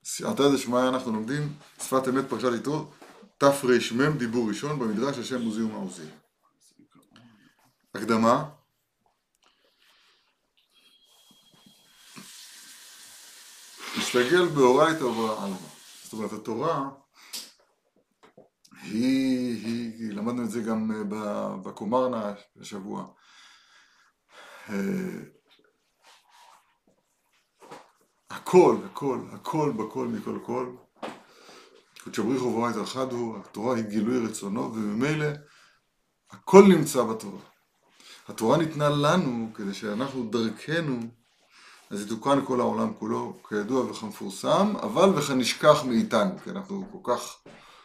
סייעתא דשמיא אנחנו לומדים שפת אמת פרשת יתרו, תרמ דיבור ראשון במדרש השם עוזי ומעוזי. הקדמה. משתגל באורייתא ובעלמא. זאת אומרת, התורה למדנו את זה גם בקומרנה השבוע. הכל בכל מכל כל. קודש בריך הוא ברא את אחד הוא, התורה היא גילוי רצונו, וממילא הכל נמצא בתורה. התורה ניתנה לנו כדי שאנחנו דרכנו, אז יתוקן כל העולם כולו, כידוע וכמפורסם, אבל וכנשכח מאיתנו, כי אנחנו כל כך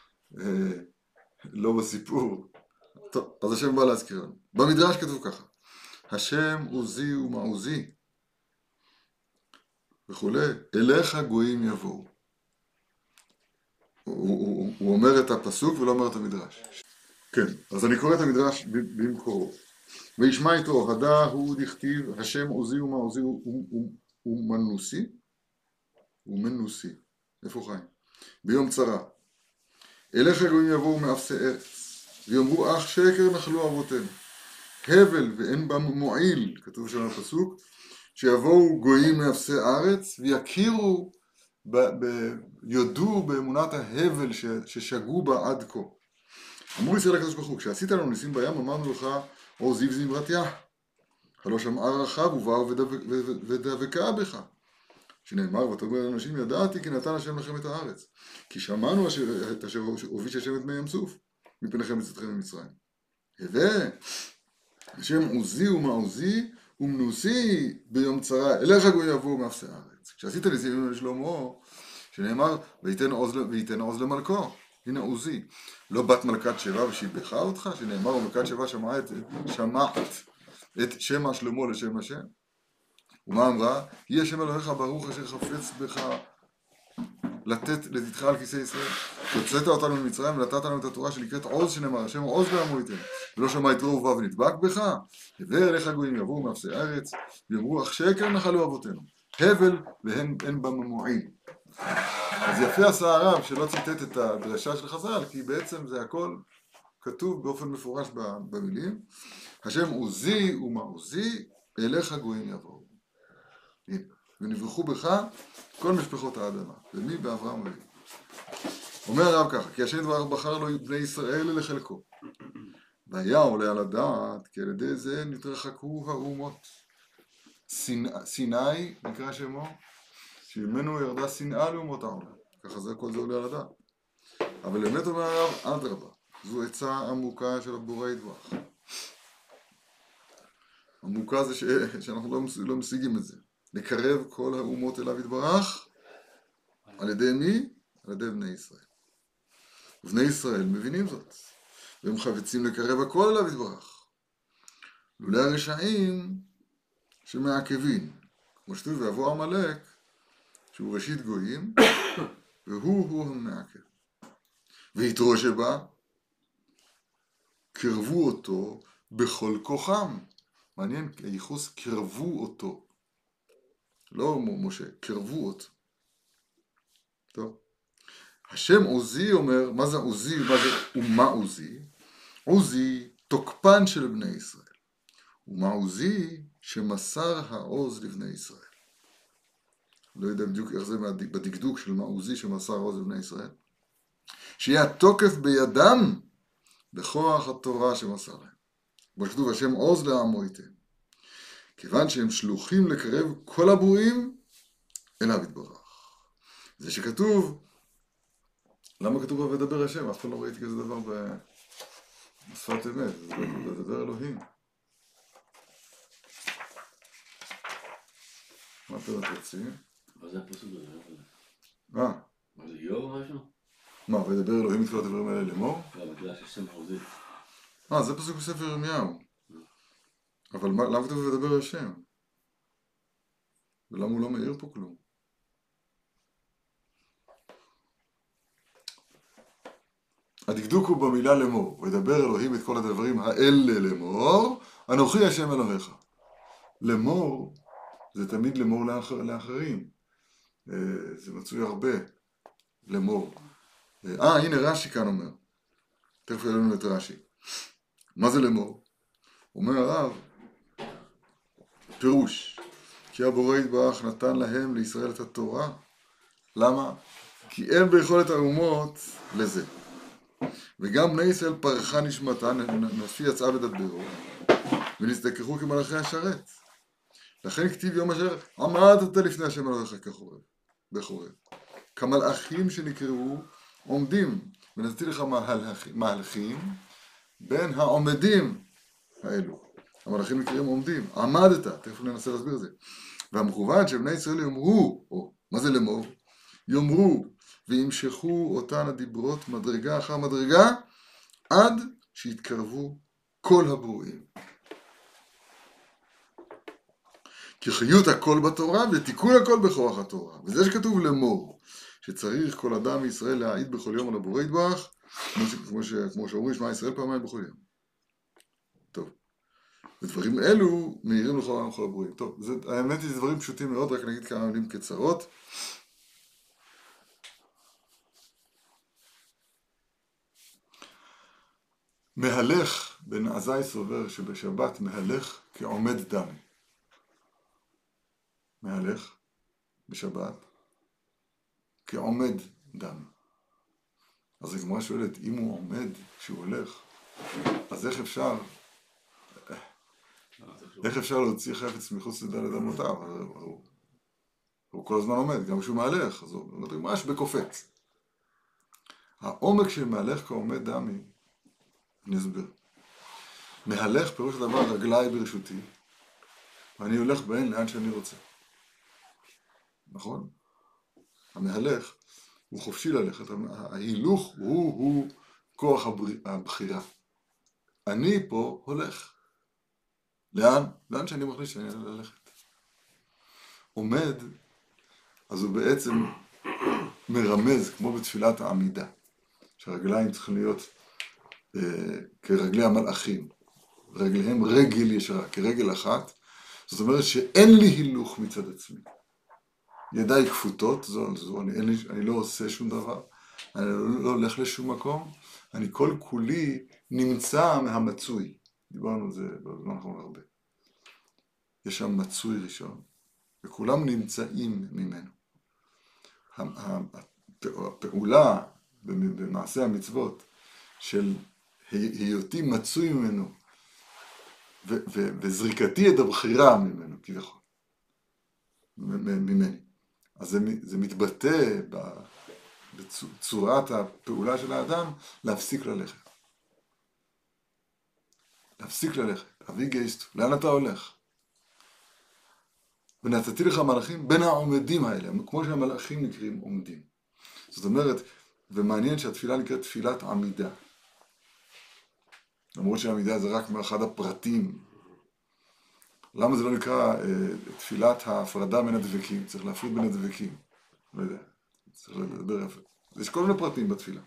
לא בסיפור. טוב, אז השם בא להזכיר לנו. במדרש כתוב ככה, השם עוזי ומעוזי, וכולי, אליך גויים יבואו. הוא אומר את הפסוק ולא אומר את המדרש. כן, אז אני קורא את המדרש במקורו. וישמע איתו, הדא הוא דכתיב, השם עוזי ומעוזי ומנוסי. ומנוסי. איפה חיים? ביום צרה. אליך גויים יבואו מאפסי ארץ, ויאמרו אך שקר נחלו אבותינו. הבל ואין בה מועיל, כתוב שם בפסוק, שיבואו גויים מאפסי ארץ ויכירו, יודו באמונת ההבל ששגו בה עד כה. אמרו ישראל הקדוש ברוך הוא, כשעשית לנו ניסים בים אמרנו לך עוזי וזמרתיה, הלא שמעה רחב ובאו ודבקה בך. שנאמר ותאמר לאנשים ידעתי כי נתן השם לכם את הארץ, כי שמענו את אשר הוביש השם את מי ים סוף מפניכם לצאתכם ממצרים. הווה השם עוזי ומעוזי ומנוסי ביום צרה, אליך גויים יבואו מאפסי הארץ. כשעשית ניסים לשלמה, שנאמר וייתן עוז למלכו, הנה עוזי. לא בת מלכת שבע ושיבחה אותך, שנאמר ומלכת שבע שמעת את שם שלמה לשם השם. ומה אמרה? היא השם אלוהיך ברוך אשר חפץ בך לתתך על כיסא ישראל. הוצאת אותנו ממצרים ונתת לנו את התורה שנקראת עוז, שנאמר השם עוז בעמו ייתן, ולא שמע יתרו ובא ונדבק בך. הווה אליך גויים יבואו מאפסי ארץ ויאמרו אך שקר נחלו אבותינו, הבל ואין בה מועיל. אז יפה עשה הרב שלא ציטט את הדרשה של חז"ל, כי בעצם זה הכל כתוב באופן מפורש במילים. השם עוזי ומעוזי, אליך גויים יבואו. ונברכו בך כל משפחות האדמה. ומי? באברהם אבינו. אומר הרב ככה, כי השם יתברך בחר לו בני ישראל לחלקו. והיה עולה על הדעת, כי על ידי זה נתרחקו האומות. סיני, נקרא שמו, שממנו ירדה שנאה לאומות העולם. ככה זה הכל זה עולה על הדעת. אבל באמת אומר הרב, אדרבה, זו עצה עמוקה של הבורא יתברך. עמוקה זה שאנחנו לא משיגים את זה. לקרב כל האומות אליו יתברך, על ידי מי? על ידי בני ישראל. ובני ישראל מבינים זאת, והם חפצים לקרב הכל אליו יתברך. לולא הרשעים שמעכבים, כמו שכתוב, ויבוא עמלק, שהוא ראשית גויים, והוא המעכב. ויתרו שבה, קרבו אותו בכל כוחם. מעניין, הייחוס קרבו אותו. לא משה, קרבו אותו. טוב. השם עוזי אומר, מה זה עוזי ומה עוזי? עוזי תוקפן של בני ישראל. ומה עוזי שמסר העוז לבני ישראל. לא יודע בדיוק איך זה בדקדוק של מה עוזי שמסר העוז לבני ישראל. שיהיה התוקף בידם בכוח התורה שמסר להם. כמו שכתוב השם עוז לעמו ייתן. כיוון שהם שלוחים לקרב כל הברואים אליו יתברך. זה שכתוב, למה כתוב ודבר השם? אף פעם לא ראיתי כזה דבר בשפת אמת, זה ודבר אלוהים. מה אתם רוצים? מה זה הפסוק הזה? מה זה איוב או משהו? מה, ודבר אלוהים את כל הדברים האלה לאמור? לא, בגלל ששם עוזי. זה פסוק בספר ירמיהו. אבל למה כתוב ודבר השם? ולמה הוא לא מאיר פה כלום? הדקדוק הוא במילה לאמור, ודבר אלוהים את כל הדברים האלה לאמור, אנוכי השם אלוהיך. לאמור זה תמיד לאמור לאחרים. זה מצוי הרבה, לאמור. הנה רש"י כאן אומר, תכף יהיה לנו את רש"י. מה זה לאמור? אומר הרב, פירוש, כי הבורא יתברך נתן להם לישראל את התורה. למה? כי אין ביכולת האומות לזה. וגם בני ישראל פרחה נשמתה, נפשי יצאה ודברו, ונזדככו כמלאכי השרת. לכן כתיב יום אשר עמדת לפני השם אלוהיך כחורב, בחורב. כמלאכים שנקראו עומדים, ונתתי לך מהלכים בין העומדים האלו. המלאכים נקראים עומדים, עמדת, תכף ננסה להסביר את זה. והמכוון שבני ישראל יאמרו, או מה זה לאמור? יאמרו וימשכו אותן הדיברות מדרגה אחר מדרגה, עד שיתקרבו כל הברואים. כי חיות הכל בתורה ותיקון הכל בכוח התורה. וזה שכתוב לאמור, שצריך כל אדם מישראל להעיד בכל יום על הבורא יתברך, כמו שאומרים שמע ישראל פעמיים בכל יום. טוב. ודברים אלו מאירים לכל העולם וכל הברואים. טוב, האמת היא, זה דברים פשוטים מאוד, רק נגיד כמה מילים קצרות. מהלך, בן עזאי סובר שבשבת מהלך כעומד דם. מהלך בשבת כעומד דם. אז הגמרא שואלת, אם הוא עומד כשהוא הולך, אז איך אפשר להוציא חפץ מחוץ לדלת אמותיו? הוא כל הזמן עומד, גם כשהוא מהלך, אז הוא ממש בקופץ. העומק של מהלך כעומד דמי, אני אסביר. מהלך פירוש הדבר רגליי ברשותי, ואני הולך בהן לאן שאני רוצה. נכון? המהלך הוא חופשי ללכת, ההילוך הוא כוח הבחירה. אני פה הולך. לאן? לאן שאני מחליט שאני הולך ללכת. עומד, אז הוא בעצם מרמז, כמו בתפילת העמידה, שהרגליים צריכים להיות כרגלי המלאכים, רגליהם רגל ישרה, כרגל אחת, זאת אומרת שאין לי הילוך מצד עצמי. ידיי כפותות, אני לא עושה שום דבר, אני לא הולך לשום מקום, אני כל כולי נמצא מהמצוי. דיברנו על זה בזמן האחרון הרבה. יש שם מצוי ראשון, וכולם נמצאים ממנו. הפעולה במעשה המצוות של היותי מצוי ממנו, וזריקתי את הבחירה ממנו, כביכול, ממני. אז זה מתבטא בצורת הפעולה של האדם להפסיק ללכת. להפסיק ללכת. אבי גייסטו, לאן אתה הולך? ונתתי לך מלאכים בין העומדים האלה, כמו שהמלאכים נקראים עומדים. זאת אומרת, ומעניין שהתפילה נקראת תפילת עמידה. למרות שהעמידה זה רק מאחד הפרטים. למה זה לא נקרא תפילת ההפרדה בין הדבקים? צריך להפריד בין הדבקים. לא יודע, צריך לדבר יפה. יש כל מיני פרטים בתפילה.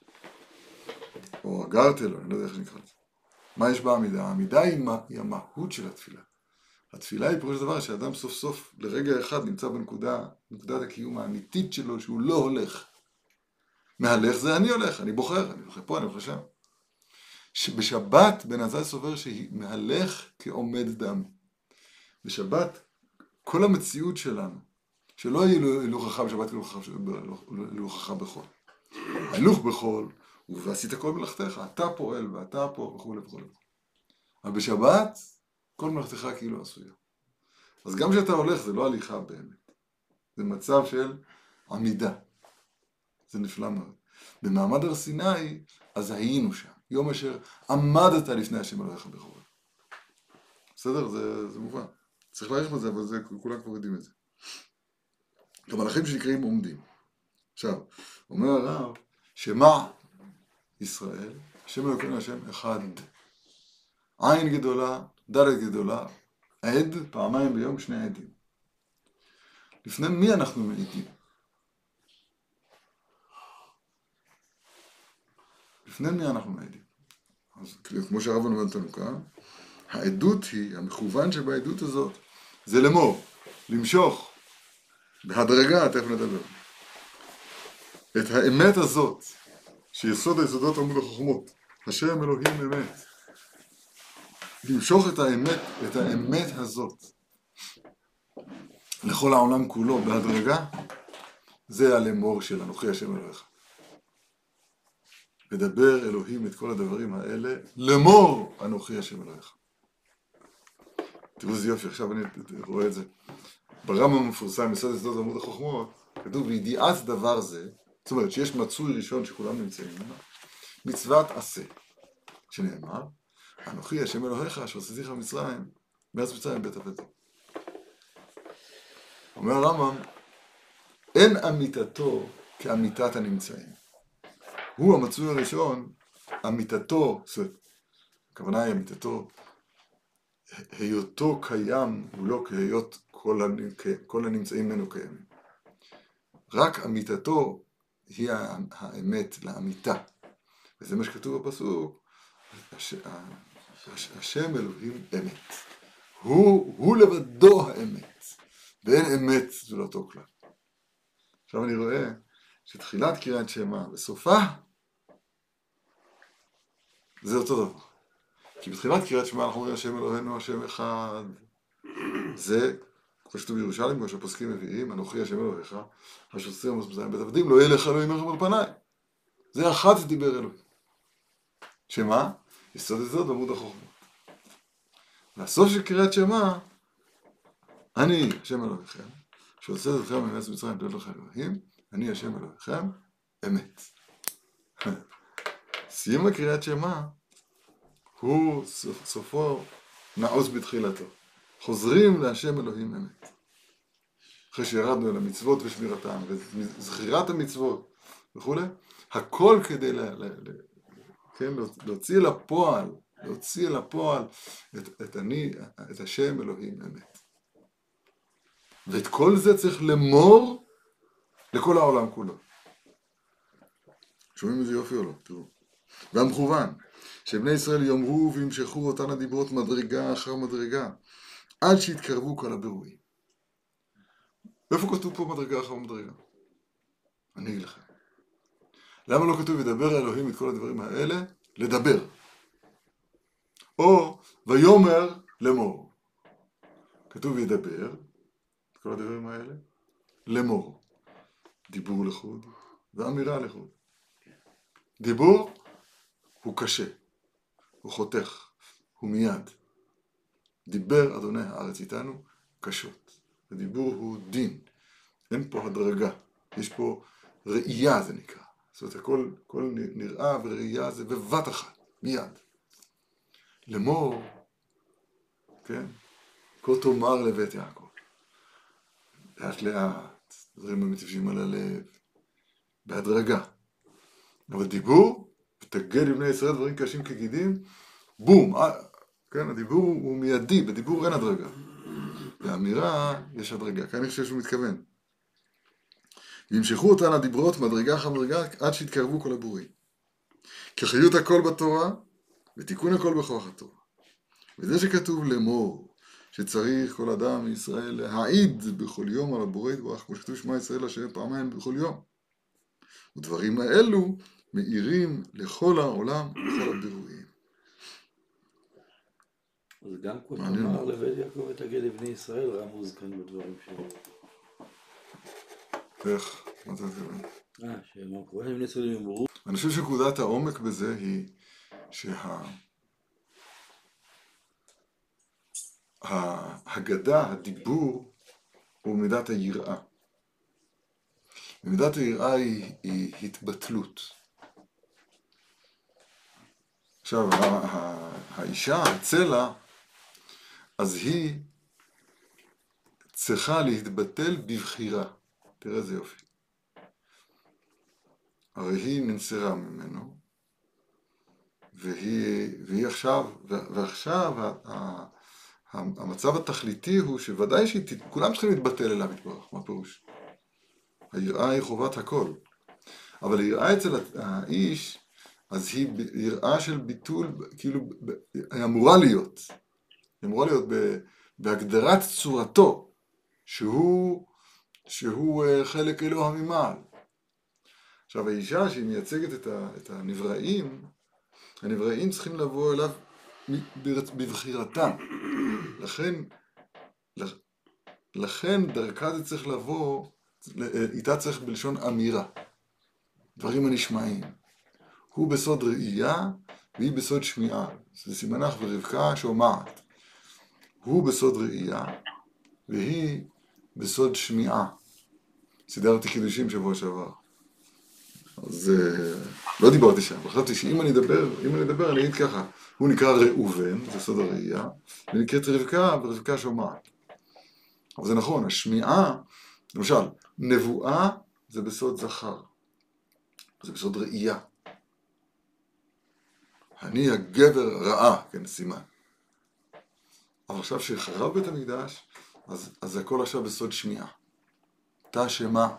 או הגרטל, אני לא יודע איך נקרא את זה. מה יש בעמידה? העמידה היא המהות של התפילה. התפילה היא פירוש דבר שאדם סוף סוף לרגע אחד נמצא בנקודת הקיום האמיתית שלו, שהוא לא הולך. מהלך זה אני הולך, אני בוחר, אני הולך פה, אני הולך שם. שבשבת בן עזאי סובר שהיא מהלך כעומד דם. בשבת כל המציאות שלנו, שלא יהיה הילוך חכם בשבת הילוך חכם בחול. ההילוך בחול, ועשית כל מלאכתך, אתה פועל ואתה פה וכו' וכו'. אבל בשבת, כל מלאכתך כאילו עשויה. אז גם כשאתה הולך זה לא הליכה באמת. זה מצב של עמידה. זה נפלא מאוד. במעמד הר סיני, אז היינו שם. יום אשר עמדת לפני השם אלוהיך בחורב. בסדר? זה מובן. צריך להעריך בזה, אבל זה, כולם כבר יודעים את זה. המלאכים שנקראים עומדים. עכשיו, אומר הרב, שמה ישראל, השם אלוקינו השם אחד. עין גדולה, דלת גדולה, עד פעמיים ביום שני עדים. לפני מי אנחנו מעידים? לפני מי אנחנו מעידים? אז כמו שהרב אומר אותנו כאן, העדות היא, המכוון שבעדות הזאת, זה לאמור, למשוך בהדרגה, תכף נדבר. את האמת הזאת, שיסוד היסודות עמוד החוכמות, השם אלוהים אמת, למשוך את האמת הזאת לכל העולם כולו בהדרגה, זה הלמור של אנוכי השם אלוהיך. ודבר אלוהים את כל הדברים האלה, למור אנוכי השם אלוהיך. תראו איזה יופי, עכשיו אני רואה את זה. ברמב"ם המפורסם, יסוד יסודות עמוד החוכמות, כתוב בידיעת דבר זה, זאת אומרת שיש מצוי ראשון שכולם נמצאים ממנו, מצוות עשה, שנאמר, אנוכי השם אלוהיך אשר הוצאתיך ממצרים, מארץ מצרים בית עבדים. אומר הרמב"ם, אין אמיתתו כאמיתת הנמצאים. הוא המצוי הראשון, אמיתתו, זאת אומרת, הכוונה היא אמיתתו, היותו קיים הוא לא כהיות כל הנמצאים ממנו קיימים. רק אמיתתו היא האמת לאמיתה. וזה מה שכתוב בפסוק, השם אלוהים אמת. הוא לבדו האמת, ואין אמת זולתו כלל. עכשיו אני רואה שתחילת קריאת שמע וסופה זה אותו דבר. כי בתחילת קריאת שמע אנחנו אומרים השם אלוהינו השם אחד. זה, כמו שכתוב בירושלים, כמו שהפוסקים מביאים, אנוכי השם אלוהיך, אשר הוצאתיך ממצרים בית עבדים, לא יהיה לך אלוהים אחר על פניי. זה אחת דיבר אלוהים. שמה? יסוד יסוד עמוד החוכמות. והסוף של קריאת שמע, אני השם אלוהיכם, שהוצאתי אתכם מארץ מצרים להיות לך אלוהים, אני השם אלוהיכם, אמת. סיום הקריאת שמע, הוא סופו נעוץ בתחילתו. חוזרים להשם אלוהים אמת. אחרי שירדנו אל המצוות ושמירתם, וזכירת המצוות וכו', הכל כדי להוציא אל הפועל את השם אלוהים אמת. ואת כל זה צריך למור לכל העולם כולו. שומעים איזה יופי או לא? תראו. והמכוון, שבני ישראל יאמרו וימשכו אותן הדיברות מדרגה אחר מדרגה, עד שיתקרבו כל הבירואים. איפה כתוב פה מדרגה אחר מדרגה? אני אגיד לכם. למה לא כתוב ידבר אלוהים את כל הדברים האלה? לדבר. או ויאמר לאמור. כתוב ידבר את כל הדברים האלה לאמור. דיבור לחוד ואמירה לחוד. דיבור הוא קשה, הוא חותך, הוא מיד. דיבר אדוני הארץ איתנו קשות. הדיבור הוא דין. אין פה הדרגה. יש פה ראייה זה נקרא. זאת אומרת, הכל נראה וראייה זה בבת אחת, מיד. לאמור, כן? כה תאמר לבית יעקב. לאט לאט, דברים המתיישבים על הלב, בהדרגה. אבל דיבור, ותגד לבני ישראל דברים קשים כגידים, בום, כן, הדיבור הוא מיידי, בדיבור אין הדרגה. באמירה יש הדרגה, כאן אני חושב שהוא מתכוון. וימשכו אותן הדיברות מדרגה אחר מדרגה עד שיתקרבו כל הבורים. כחיות הכל בתורה ותיקון הכל בכוח התורה. וזה שכתוב לאמור, שצריך כל אדם מישראל להעיד בכל יום על הבורא יתברך, כמו שכתוב שמע ישראל השם פעמיים בכל יום. ודברים האלו מאירים לכל העולם וכל הבירואים. אז גם כה תאמר לבית יעקב ותגד לבני ישראל רמוז כאן בדברים שלו. איך? מה אתה מתכוון? שהכהנים בני ישראל יאמרו. אני חושב שנקודת העומק בזה היא ההגדה, הדיבור, הוא מידת היראה. ומידת היראה היא התבטלות. עכשיו, האישה, הצלע, אז היא צריכה להתבטל בבחירה. תראה איזה יופי. הרי היא ננסרה ממנו, והיא עכשיו, ועכשיו המצב התכליתי הוא שוודאי כולם צריכים להתבטל אליו יתברך, מה פירוש? היראה היא חובת הכל. אבל היראה אצל האיש, אז היא יראה של ביטול, כאילו, היא אמורה להיות. היא אמורה להיות בהגדרת צורתו, שהוא שהוא חלק אלוה ממעל. עכשיו האישה שהיא מייצגת את הנבראים, הנבראים צריכים לבוא אליו בבחירתם. לכן דרכה זה צריך לבוא, איתה צריך בלשון אמירה. דברים הנשמעים. הוא בסוד ראייה והיא בסוד שמיעה. זה סימנך ורבקה שומעת. הוא בסוד ראייה והיא בסוד שמיעה. סידרתי קידושים שבוע שעבר. אז לא דיברתי שם, חשבתי שאם אני אדבר אני אגיד ככה, הוא נקרא ראובן, זה סוד הראייה, ונקראת רבקה, ורבקה שומעת. אבל זה נכון, השמיעה, למשל, נבואה זה בסוד זכר, זה בסוד ראייה. אני הגבר רעה, כן, סימן. אבל עכשיו שחרב בית המקדש, אז הכל עכשיו בסוד שמיעה. תא שמה.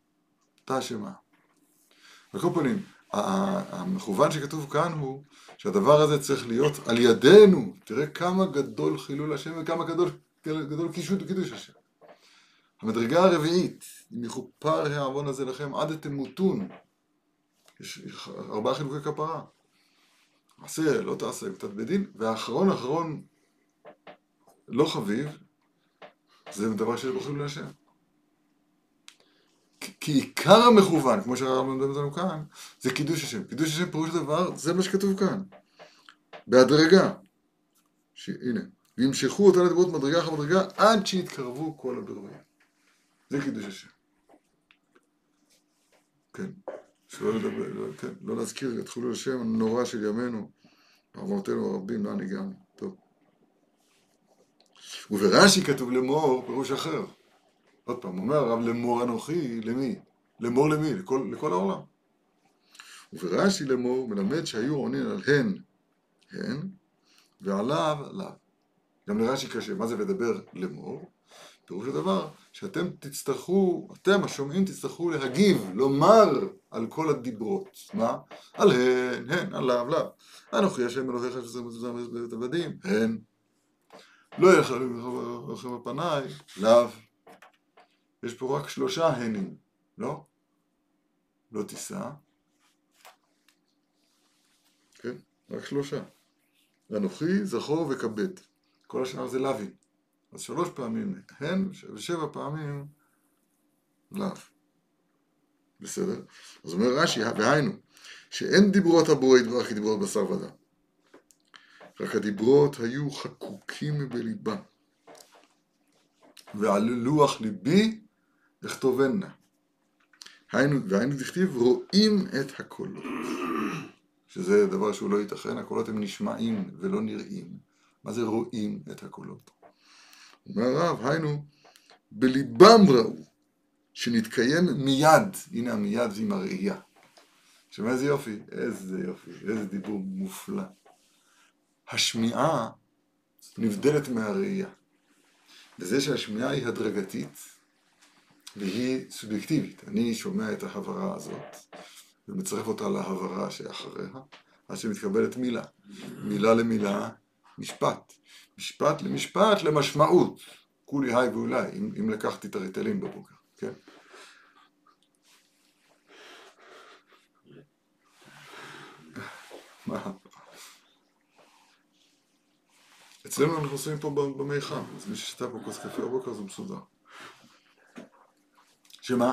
בכל פנים, המכוון שכתוב כאן הוא שהדבר הזה צריך להיות על ידינו. תראה כמה גדול חילול השם וכמה גדול קידוש השם. המדרגה הרביעית, אם יכופר העוון הזה לכם עד תמותון. יש 4 חילוקי כפרה. עשה, לא תעשה, קצת בדין. והאחרון לא חביב, זה דבר שיש חילול השם. כי עיקר המכוון, כמו שהרב מדבר אותנו כאן, זה קידוש השם. קידוש השם פירוש דבר, זה מה שכתוב כאן. בהדרגה. הנה. וימשכו אותה לדברות מדרגה אחר מדרגה, עד שיתקרבו כל הברבים. זה קידוש השם. כן. שלא לדבר, כן. לא להזכיר את חילול השם הנורא של ימינו. בעוונותינו הרבים, לאן הגענו. טוב. וברש"י כתוב לאמור, פירוש אחר. עוד פעם, אומר הרב לאמור אנוכי, למי? לאמור למי? לכל העולם. וברש"י לאמור מלמד שהיו עונים על הן, ועליו, עליו. גם לרש"י קשה, מה זה לדבר לאמור? פירוש הדבר שאתם תצטרכו, אתם השומעים תצטרכו להגיב, לומר על כל הדיברות. מה? על הן, עליו, לאו. אנוכי השם אלוהיך שזה מזמז בית עבדים, הן. לא יחלו לכם בפניי, לאו. יש פה רק 3 הנים, לא? לא תישא. כן, רק 3. אנוכי, זכור וכבד. כל השאר זה לאווים. אז 3 פעמים הן ו7 פעמים לאו. בסדר? אז אומר רש"י, והיינו, שאין דיברות הבורא יתברך כדיברות בשר ודם. רק הדיברות היו חקוקים בליבם. ועל לוח ליבי לכתובנה. והיינו דכתיב רואים את הקולות. שזה דבר שהוא לא ייתכן, הקולות הם נשמעים ולא נראים. מה זה רואים את הקולות? אומר הרב, היינו בליבם ראו, שנתקיים מיד, הנה המיד עם הראייה. שמה איזה יופי, איזה דיבור מופלא. השמיעה נבדלת מהראייה. וזה שהשמיעה היא הדרגתית, והיא סובייקטיבית. אני שומע את ההברה הזאת, ומצרף אותה להברה שאחריה, עד שמתקבלת מילה. מילה למילה, משפט. משפט למשפט למשמעות. כולי היי ואולי, אם לקחתי את הריטלין בבוקר, כן? מה? אצלנו אנחנו עושים פה במי חם, אז מי ששתה פה כוס קפה בבוקר זה מסודר. שמה?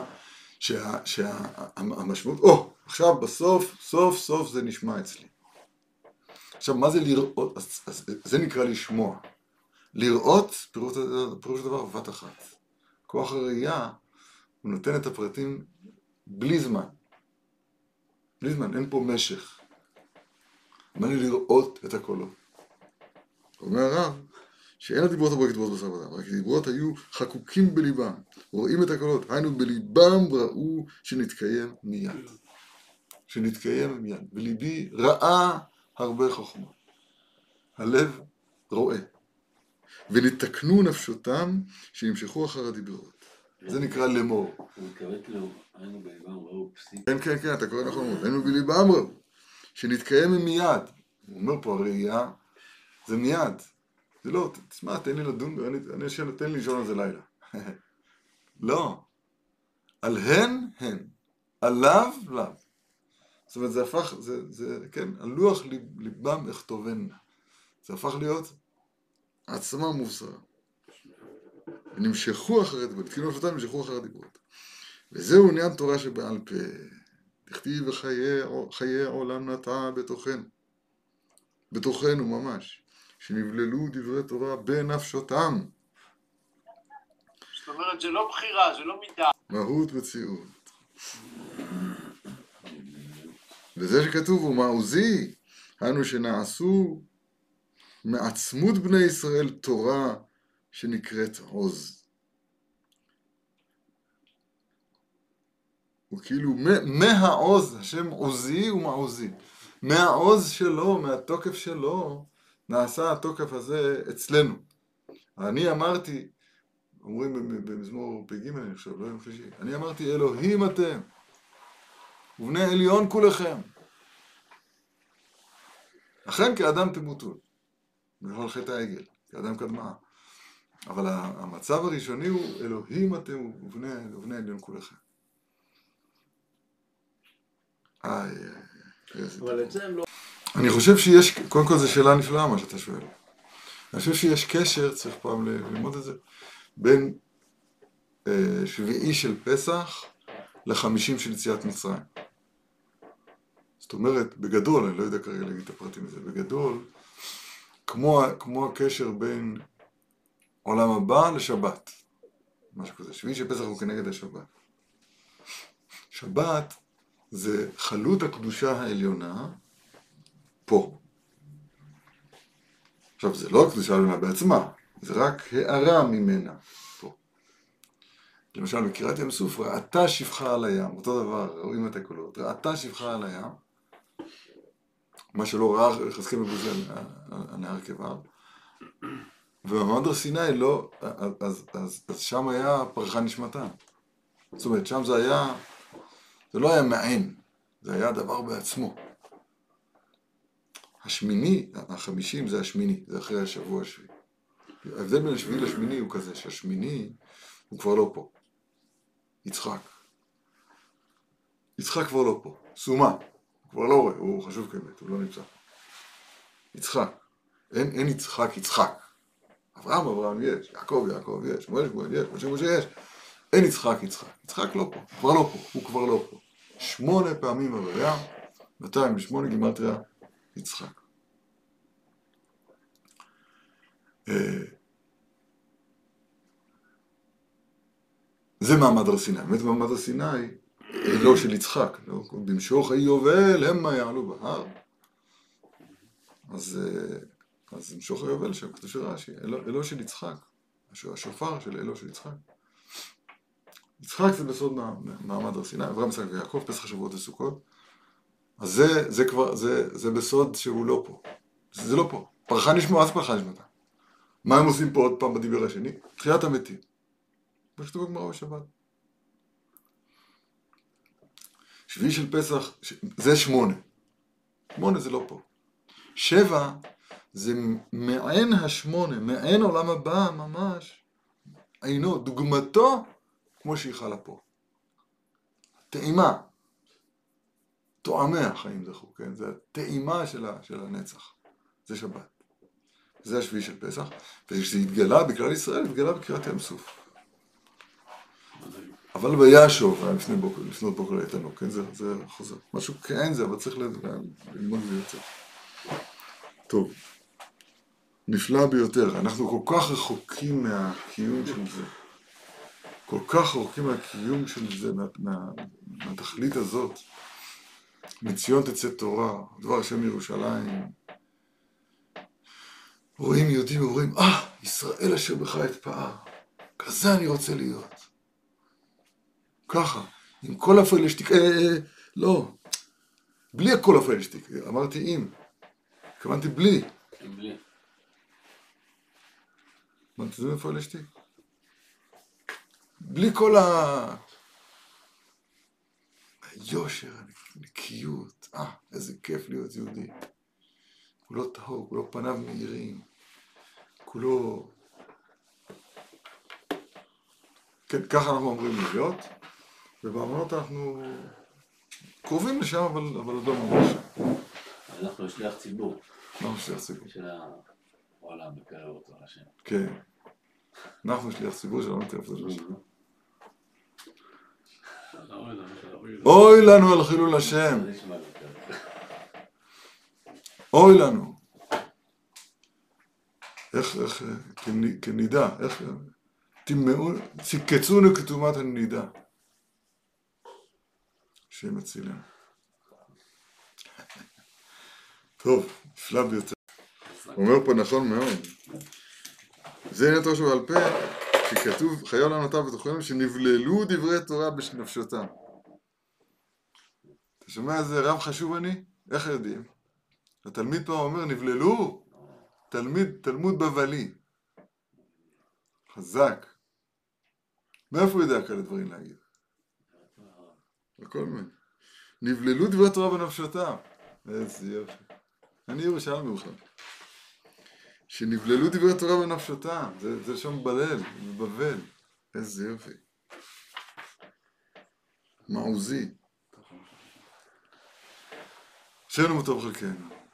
שהמשמעות, עכשיו סוף זה נשמע אצלי. עכשיו, מה זה לראות? אז זה נקרא לשמוע. לראות, פירוש הדבר, בת אחת. כוח הראייה, הוא נותן את הפרטים בלי זמן. בלי זמן, אין פה משך. מה לי לראות את הקולות? אומר הרב, שאין הדיברות הבורא כדיברות בשר ודם, רק הדיברות היו חקוקים בליבם, רואים את הקולות, היינו בליבם ראו שנתקיים מיד. שנתקיים מיד. בליבי ראה הרבה חוכמה. הלב רואה. ונתקנו נפשותם שימשכו אחר הדיברות. זה נקרא לאמור. הוא מתכוון כאילו, היינו בליבם ראו פסיק. כן, אתה קורא נכון. היינו בליבם ראו. שנתקיים מיד. הוא אומר פה הראייה, זה מיד. זה לא, תשמע, תן לי לדון, תן לי לישון על זה לילה. לא. עליהן הן, עליו לאו. זאת אומרת, זה הפך, כן, על לוח ליבם אכתובן. זה הפך להיות עצמה מובשרה. ונמשכו אחרי הדיברות, כאילו נפלתם נמשכו אחרי הדיברות. וזהו עניין תורה שבעל פה. תכתיב וחיי עולם נטע בתוכנו ממש, שנבללו דברי תורה בנפשותם. זאת אומרת, זה לא בחירה, זה לא מידה. מהות וציאות. וזה שכתוב הוא מעוזי, אנו שנעשו מעצמות בני ישראל תורה שנקראת עוז. הוא כאילו מהעוז, השם עוזי ומעוזי. מהעוז שלו, מהתוקף שלו, נעשה התוקף הזה אצלנו. אני אמרתי, אומרים במזמור פ"ג, אני חושב, לא יום שלישי, אני אמרתי אלוהים אתם, ובני עליון כולכם. אכן כאדם תמותון, בכל חטא העגל, כאדם קדמה. אבל המצב הראשוני הוא אלוהים אתם ובני עליון כולכם. אבל את זה הם לא... אני חושב שיש, קודם כל זו שאלה נפלאה מה שאתה שואל. אני חושב שיש קשר, צריך פעם ללמוד את זה, בין שביעי של פסח ל50 של יציאת מצרים. זאת אומרת, בגדול, אני לא יודע כרגע להגיד את הפרטים הזה, בגדול, כמו הקשר בין עולם הבא לשבת. משהו כזה. שביעי של פסח הוא כנגד השבת. שבת זה חלות הקדושה העליונה פה. עכשיו, זה לא הקדושה העליונה בעצמה, זה רק הערה ממנה פה. למשל, בקריאת ים סוף, ראתה שפחה על הים, אותו דבר, רואים את הקולות, ראתה שפחה על הים, מה שלא ראה יחזקאל מבוזי על נהר כבר, ובמעמד הר סיני לא, אז שם היה פרחה נשמתה. זאת אומרת, שם זה לא היה מעין, זה היה דבר בעצמו. השמיני, 50 זה השמיני, זה אחרי השבוע השביעי. ההבדל בין השביעי לשמיני הוא כזה, שהשמיני הוא כבר לא פה. יצחק כבר לא פה. סומה, הוא כבר לא רואה, הוא חשוב כמת, הוא לא נמצא. יצחק. אין יצחק. אברהם יש, יעקב יש, שמואל יש, משה יש. אין יצחק. יצחק לא פה, הוא כבר לא פה. 8 פעמים הוויה, 208 גימטריה יצחק. זה מעמד הר סיני. באמת מעמד הר סיני, אלו של יצחק. במשוך היובל המה יעלו בהר. אז במשוך היובל שם, כתוב של רש"י, אלו של יצחק. השופר של אלו של יצחק. יצחק זה בסוד מעמד הר סיני, אברהם, יצחק ויעקב, פסח, שבועות וסוכות. אז זה בסוד שהוא לא פה. זה לא פה. פרחה נשמעה, אז פרחה נשמעתה. מה הם עושים פה עוד פעם בדיבר השני? תחיית המתים. מה שכתוב בגמרא בשבת. שביעי של פסח, זה 8. 8 זה לא פה. 7 זה מעין 8, מעין עולם הבא ממש. אינו, דוגמתו כמו שהיא חלה פה. טעימה. תואמי החיים זכו, כן? זה הטעימה של הנצח. זה שבת. זה השביעי של פסח. וכשזה התגלה בכלל ישראל, התגלה בקריאת ים סוף. אבל בישוב, לפנות בוקר לאיתנו, כן? זה חוזר. משהו כאין זה, אבל צריך ללמוד ביותר. טוב. נפלא ביותר. אנחנו כל כך רחוקים מהקיום של זה. כל כך רחוקים מהקיום של זה, מהתכלית הזאת. מציון תצא תורה, דבר השם מירושלים. רואים יהודים ורואים, ישראל אשר בך אתפאר. כזה אני רוצה להיות. ככה, עם כל הפלשתיק, לא, בלי הכל הפלשתיק, אמרתי עם, התכוונתי בלי. בלי. מה אתה יודע איפה הפלשתיק? בלי כל היושר, הנקיות, איזה כיף להיות יהודי. כולו טהור, כולו פניו מהירים, כולו... כן, ככה אנחנו אומרים להיות. ובאמנות אנחנו קרובים לשם, אבל עוד לא ממש. אנחנו שליח ציבור. אנחנו שליח ציבור. של העולם מקרב אותו לשם. כן. אנחנו שליח ציבור שלא נתראה את השם. אוי לנו על חילול השם. אוי לנו. איך, כנידה, איך, תקצונו כתומת הנידה. שם הצילם. טוב, נפלא ביותר. הוא אומר פה נכון מאוד. זה עניין תורה שבעל פה, שכתוב חיו לענותיו ותוכנם שנבללו דברי תורה בנפשותם. אתה שומע איזה רב חשוב אני? איך יודעים? התלמיד פה אומר נבללו, תלמוד בבלי. חזק. מאיפה הוא יודע כאלה דברים להגיד? הכל מן. נבללו דברי תורה בנפשותם. איזה יופי. אני ירושלמי בכלל. שנבללו דברי תורה בנפשותם. זה שם בלל, בבל. איזה יופי. מעוזי. שאינו מוטב חלקנו.